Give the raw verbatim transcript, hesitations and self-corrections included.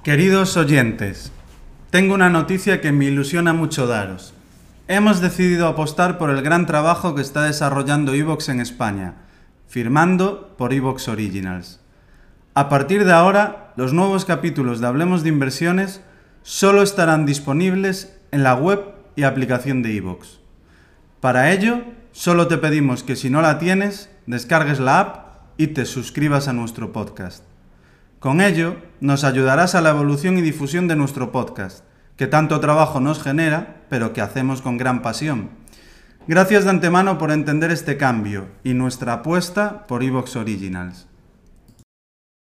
Queridos oyentes, tengo una noticia que me ilusiona mucho daros. Hemos decidido apostar por el gran trabajo que está desarrollando iVoox en España, firmando por iVoox Originals. A partir de ahora, los nuevos capítulos de Hablemos de Inversiones solo estarán disponibles en la web y aplicación de iVoox. Para ello, solo te pedimos que si no la tienes, descargues la app y te suscribas a nuestro podcast. Con ello, nos ayudarás a la evolución y difusión de nuestro podcast, que tanto trabajo nos genera, pero que hacemos con gran pasión. Gracias de antemano por entender este cambio y nuestra apuesta por iVoox Originals.